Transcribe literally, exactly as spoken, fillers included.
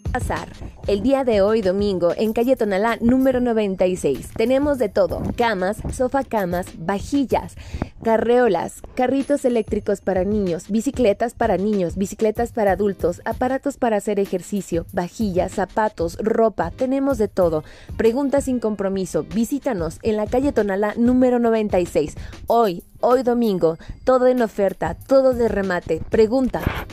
Pasar. El día de hoy, domingo, en calle Tonalá, número noventa y seis. Tenemos de todo: camas, sofacamas, vajillas, carreolas, carritos eléctricos para niños, bicicletas para niños, bicicletas para adultos, aparatos para hacer ejercicio, vajillas, zapatos, ropa. Tenemos de todo. Pregunta sin compromiso. Visítanos en la calle Tonalá, número noventa y seis. Hoy, hoy domingo, todo en oferta, todo de remate. Pregunta.